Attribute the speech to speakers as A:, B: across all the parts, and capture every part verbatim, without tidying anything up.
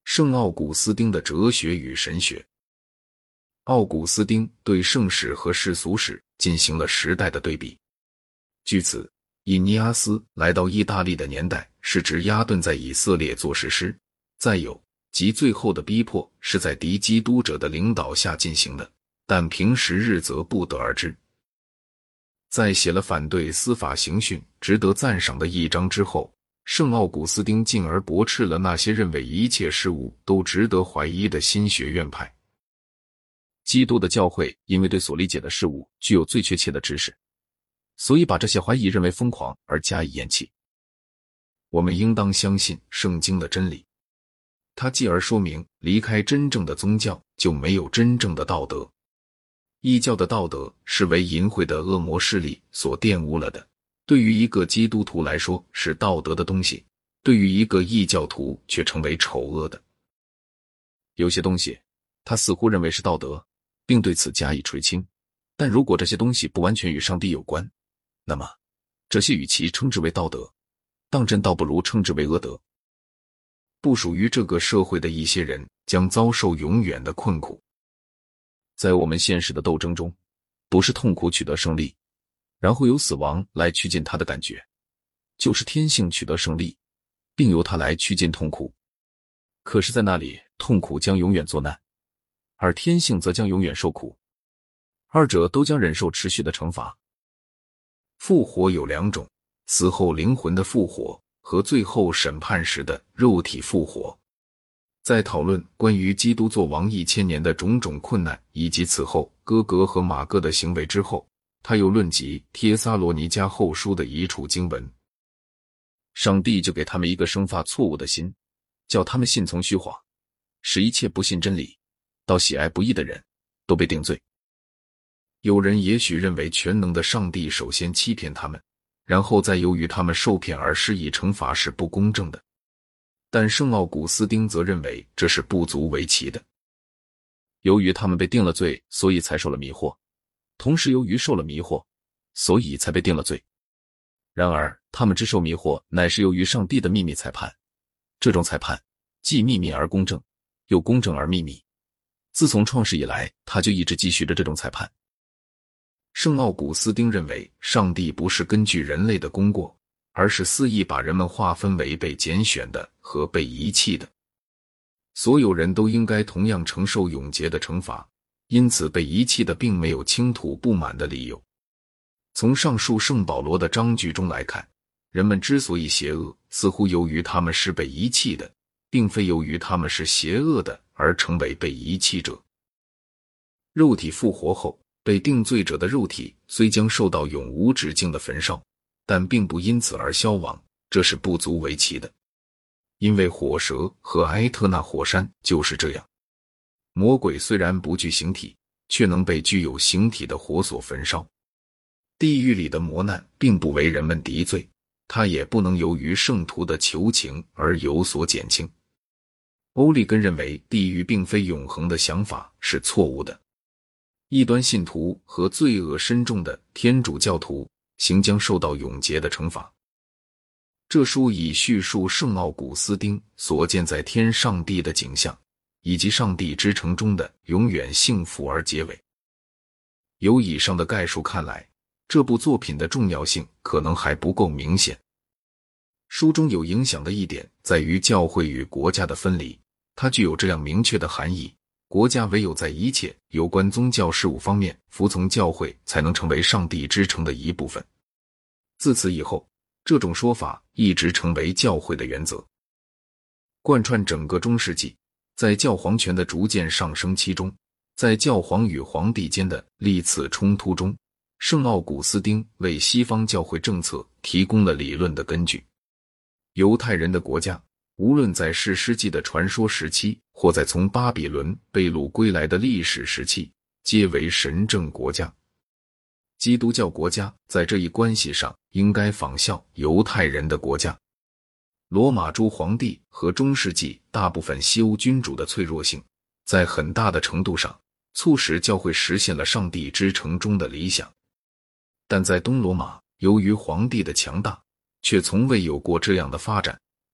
A: 圣奥古斯丁的哲学与神学。奥古斯丁对圣史和世俗史进行了时代的对比。据此，以尼阿斯来到意大利的年代是指亚顿在以色列做实施，再有即最后的逼迫是在敌基督者的领导下进行的，但平时日则不得而知。在写了反对司法刑讯值得赞赏的一章之后，圣奥古斯丁进而驳斥了那些认为一切事物都值得怀疑的新学院派。基督的教会因为对所理解的事物具有最确切的知识，所以把这些怀疑认为疯狂而加以厌弃。我们应当相信圣经的真理，它继而说明离开真正的宗教就没有真正的道德。异教的道德是为淫秽的恶魔势力所玷污了的，对于一个基督徒来说是道德的东西，对于一个异教徒却成为丑恶的。有些东西他似乎认为是道德，并对此加以垂青，但如果这些东西不完全与上帝有关，那么这些与其称之为道德，当真倒不如称之为恶德。不属于这个社会的一些人将遭受永远的困苦。在我们现实的斗争中，不是痛苦取得胜利，然后由死亡来趋近它的感觉，就是天性取得胜利，并由它来趋近痛苦。可是在那里，痛苦将永远作难，而天性则将永远受苦，二者都将忍受持续的惩罚。复活有两种，死后灵魂的复活和最后审判时的肉体复活。在讨论关于基督作王一千年的种种困难以及此后哥格和马各的行为之后，他又论及帖撒罗尼迦后书的一处经文。上帝就给他们一个生发错误的心，叫他们信从虚谎，使一切不信真理到喜爱不义的人都被定罪。有人也许认为全能的上帝首先欺骗他们，然后再由于他们受骗而施以惩罚是不公正的，但圣奥古斯丁则认为这是不足为奇的。由于他们被定了罪，所以才受了迷惑，同时由于受了迷惑，所以才被定了罪。然而他们之受迷惑乃是由于上帝的秘密裁判，这种裁判既秘密而公正，又公正而秘密。自从创世以来，他就一直继续着这种裁判。圣奥古斯丁认为上帝不是根据人类的功过，而是肆意把人们划分为被拣选的和被遗弃的。所有人都应该同样承受永劫的惩罚，因此被遗弃的并没有倾吐不满的理由。从上述圣保罗的章句中来看，人们之所以邪恶，似乎由于他们是被遗弃的，并非由于他们是邪恶的而成为被遗弃者。肉体复活后，被定罪者的肉体虽将受到永无止境的焚烧，但并不因此而消亡，这是不足为奇的。因为火蛇和埃特纳火山就是这样。魔鬼虽然不具形体，却能被具有形体的火所焚烧。地狱里的磨难并不为人们敌罪，它也不能由于圣徒的求情而有所减轻。欧利根认为地狱并非永恒的想法是错误的。异端信徒和罪恶深重的天主教徒行将受到永劫的惩罚。这书以叙述圣奥古斯丁所见在天上帝的景象，以及上帝之城中的永远幸福而结尾。由以上的概述看来，这部作品的重要性可能还不够明显。书中有影响的一点在于教会与国家的分离，它具有这样明确的含义：国家唯有在一切有关宗教事务方面服从教会，才能成为上帝之城的一部分。自此以后，这种说法一直成为教会的原则。贯穿整个中世纪，在教皇权的逐渐上升期中，在教皇与皇帝间的历次冲突中，圣奥古斯丁为西方教会政策提供了理论的根据。犹太人的国家，无论在士师记的传说时期，或在从巴比伦被掳归来的历史时期，皆为神政国家。基督教国家在这一关系上应该仿效犹太人的国家。罗马诸皇帝和中世纪大部分西欧君主的脆弱性，在很大的程度上促使教会实现了上帝之城中的理想。但在东罗马，由于皇帝的强大，却从未有过这样的发展，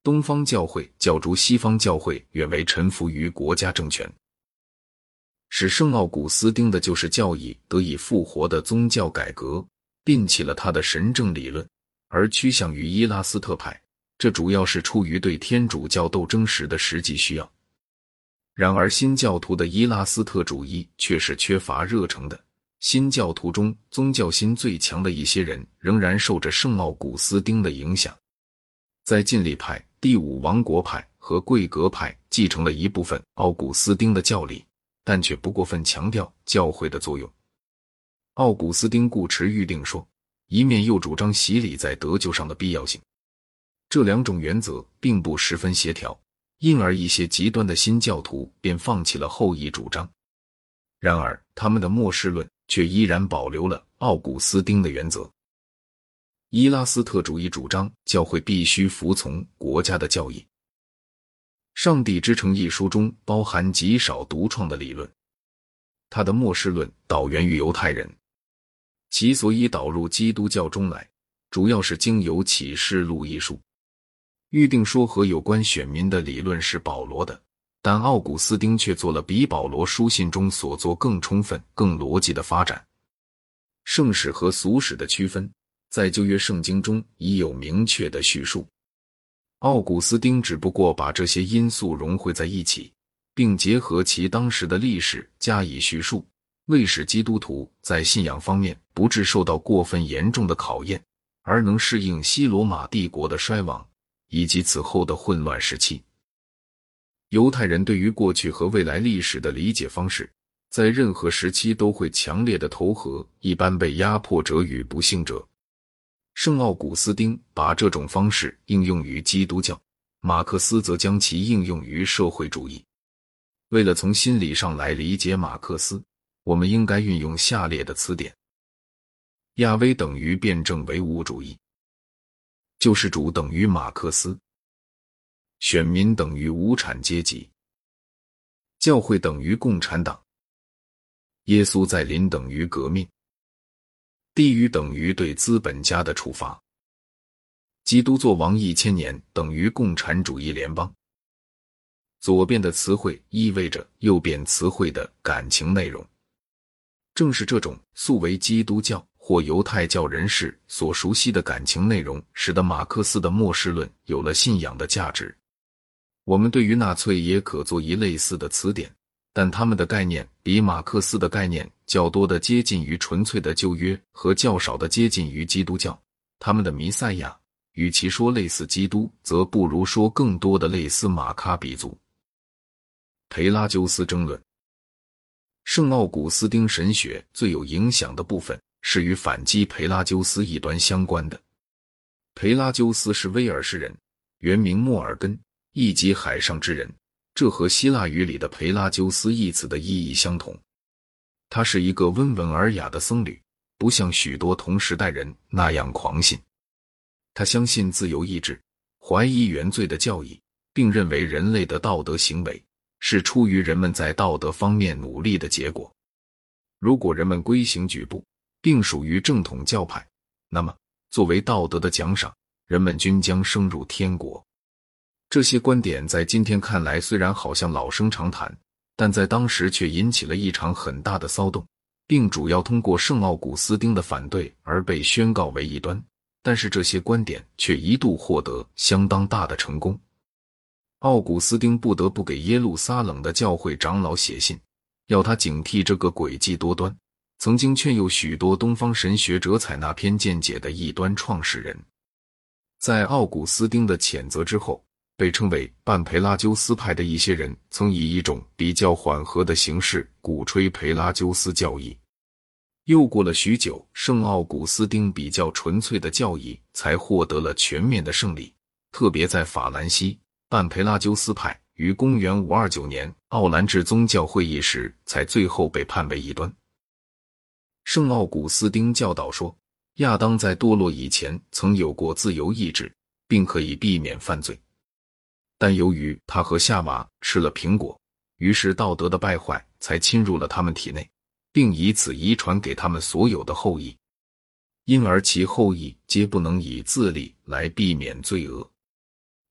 A: 东方教会教诸西方教会远为臣服于国家政权。使圣奥古斯丁的救世教义得以复活的宗教改革，摒弃了他的神政理论，而趋向于伊拉斯特派，这主要是出于对天主教斗争时的实际需要。然而新教徒的伊拉斯特主义却是缺乏热诚的，新教徒中宗教心最强的一些人仍然受着圣奥古斯丁的影响。在晋礼派、第五王国派和贵格派继承了一部分奥古斯丁的教理，但却不过分强调教会的作用。奥古斯丁固持预定说，一面又主张洗礼在得救上的必要性，这两种原则并不十分协调，因而一些极端的新教徒便放弃了后裔主张。然而他们的末世论却依然保留了奥古斯丁的原则。伊拉斯特主义主张教会必须服从国家的教义。《上帝之城》一书中包含极少独创的理论，他的末世论导源于犹太人，其所以导入基督教中来，主要是经由启示录一书。预定说和有关选民的理论是保罗的，但奥古斯丁却做了比保罗书信中所做更充分、更逻辑的发展。圣史和俗史的区分，在旧约圣经中已有明确的叙述。奥古斯丁只不过把这些因素融汇在一起，并结合其当时的历史加以叙述，为使基督徒在信仰方面不致受到过分严重的考验，而能适应西罗马帝国的衰亡以及此后的混乱时期。犹太人对于过去和未来历史的理解方式，在任何时期都会强烈的投合一般被压迫者与不幸者。圣奥古斯丁把这种方式应用于基督教，马克思则将其应用于社会主义。为了从心理上来理解马克思，我们应该运用下列的词典：亚威等于辩证唯物主义，救世主等于马克思，选民等于无产阶级，教会等于共产党，耶稣再临等于革命，地狱等于对资本家的处罚，基督做王一千年等于共产主义联邦。左边的词汇意味着右边词汇的感情内容。正是这种素为基督教或犹太教人士所熟悉的感情内容，使得马克思的末世论有了信仰的价值。我们对于纳粹也可做一类似的词典，但他们的概念比马克思的概念较多的接近于纯粹的旧约和较少的接近于基督教。他们的弥赛亚与其说类似基督，则不如说更多的类似马卡比族。培拉鸠斯争论。圣奥古斯丁神学最有影响的部分是与反击培拉鸠斯异端相关的。培拉鸠斯是威尔士人，原名莫尔根，意即海上之人，这和希腊语里的培拉鸠斯一词的意义相同。他是一个温文尔雅的僧侣，不像许多同时代人那样狂信。他相信自由意志，怀疑原罪的教义，并认为人类的道德行为是出于人们在道德方面努力的结果。如果人们规行矩步，并属于正统教派，那么作为道德的奖赏，人们均将升入天国。这些观点在今天看来虽然好像老生常谈，但在当时却引起了一场很大的骚动，并主要通过圣奥古斯丁的反对而被宣告为异端。但是这些观点却一度获得相当大的成功。奥古斯丁不得不给耶路撒冷的教会长老写信，要他警惕这个诡计多端、曾经劝诱许多东方神学者采纳偏见解的异端创始人。在奥古斯丁的谴责之后，被称为半培拉鸠斯派的一些人曾以一种比较缓和的形式鼓吹培拉鸠斯教义。又过了许久，圣奥古斯丁比较纯粹的教义才获得了全面的胜利，特别在法兰西，半培拉鸠斯派于公元五二九年奥兰治宗教会议时才最后被判为异端。圣奥古斯丁教导说，亚当在堕落以前曾有过自由意志，并可以避免犯罪，但由于他和夏娃吃了苹果，于是道德的败坏才侵入了他们体内，并以此遗传给他们所有的后裔，因而其后裔皆不能以自立来避免罪恶。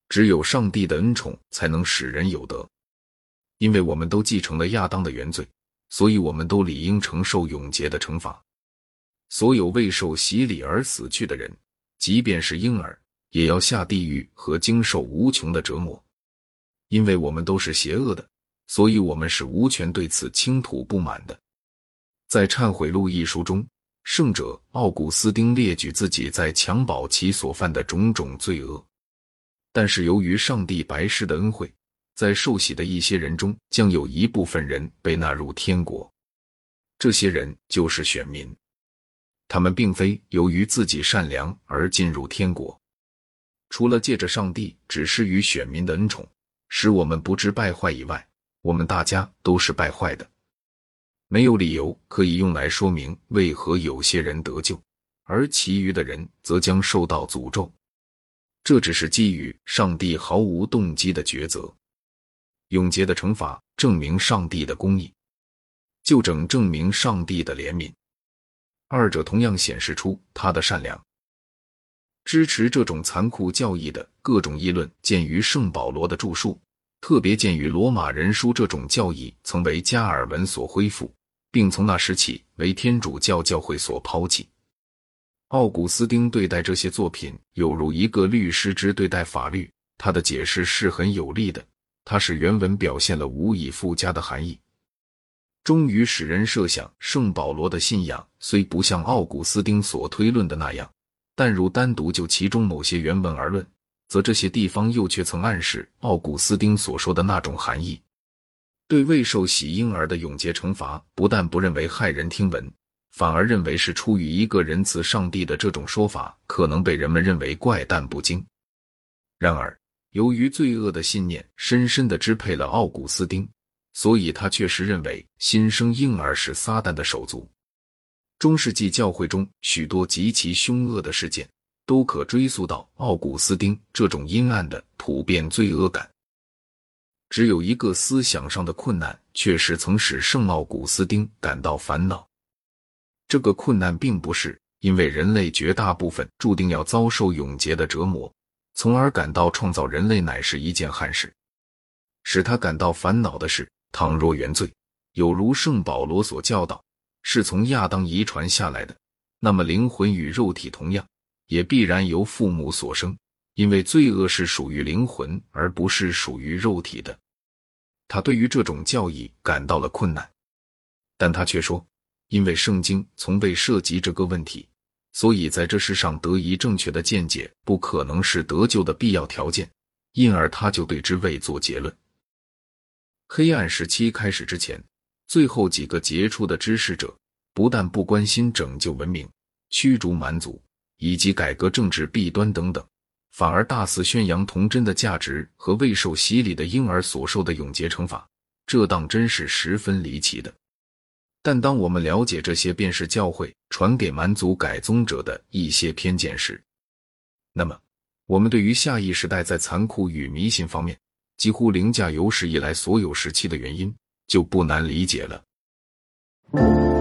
A: 只有上帝的恩宠才能使人有德。因为我们都继承了亚当的原罪，所以我们都理应承受永劫的惩罚。所有未受洗礼而死去的人，即便是婴儿，也要下地狱和经受无穷的折磨。因为我们都是邪恶的，所以我们是无权对此倾吐不满的。在《忏悔录》一书中，圣者奥古斯丁列举自己在襁褓期所犯的种种罪恶，但是由于上帝白施的恩惠，在受洗的一些人中将有一部分人被纳入天国。这些人就是选民，他们并非由于自己善良而进入天国，除了借着上帝只施予选民的恩宠使我们不致败坏以外，我们大家都是败坏的。没有理由可以用来说明为何有些人得救，而其余的人则将受到诅咒。这只是基于上帝毫无动机的抉择。永劫的惩罚证明上帝的公义，就整证明上帝的怜悯，二者同样显示出他的善良。支持这种残酷教义的各种议论见于圣保罗的著述，特别见于罗马人书。这种教义曾为加尔文所恢复，并从那时起为天主教教会所抛弃。奥古斯丁对待这些作品有如一个律师之对待法律，他的解释是很有力的，他使原文表现了无以复加的含义，终于使人设想圣保罗的信仰虽不像奥古斯丁所推论的那样，但如单独就其中某些原文而论，则这些地方又却曾暗示奥古斯丁所说的那种含义。对未受洗婴儿的永劫惩罚，不但不认为骇人听闻，反而认为是出于一个仁慈上帝的这种说法，可能被人们认为怪诞不经。然而，由于罪恶的信念深深地支配了奥古斯丁，所以他确实认为新生婴儿是撒旦的手足。中世纪教会中许多极其凶恶的事件，都可追溯到奥古斯丁这种阴暗的普遍罪恶感。只有一个思想上的困难确实曾使圣奥古斯丁感到烦恼。这个困难并不是因为人类绝大部分注定要遭受永劫的折磨，从而感到创造人类乃是一件憾事。使他感到烦恼的是，倘若原罪有如圣保罗所教导是从亚当遗传下来的，那么灵魂与肉体同样也必然由父母所生，因为罪恶是属于灵魂而不是属于肉体的。他对于这种教义感到了困难，但他却说，因为圣经从未涉及这个问题，所以在这世上得以正确的见解不可能是得救的必要条件，因而他就对之未做结论。黑暗时期开始之前，最后几个杰出的知识者不但不关心拯救文明、驱逐蛮族以及改革政治弊端等等，反而大肆宣扬童真的价值和未受洗礼的婴儿所受的永劫惩罚，这当真是十分离奇的。但当我们了解这些便是教会传给蛮族改宗者的一些偏见时，那么我们对于下一时代在残酷与迷信方面几乎凌驾有史以来所有时期的原因就不难理解了。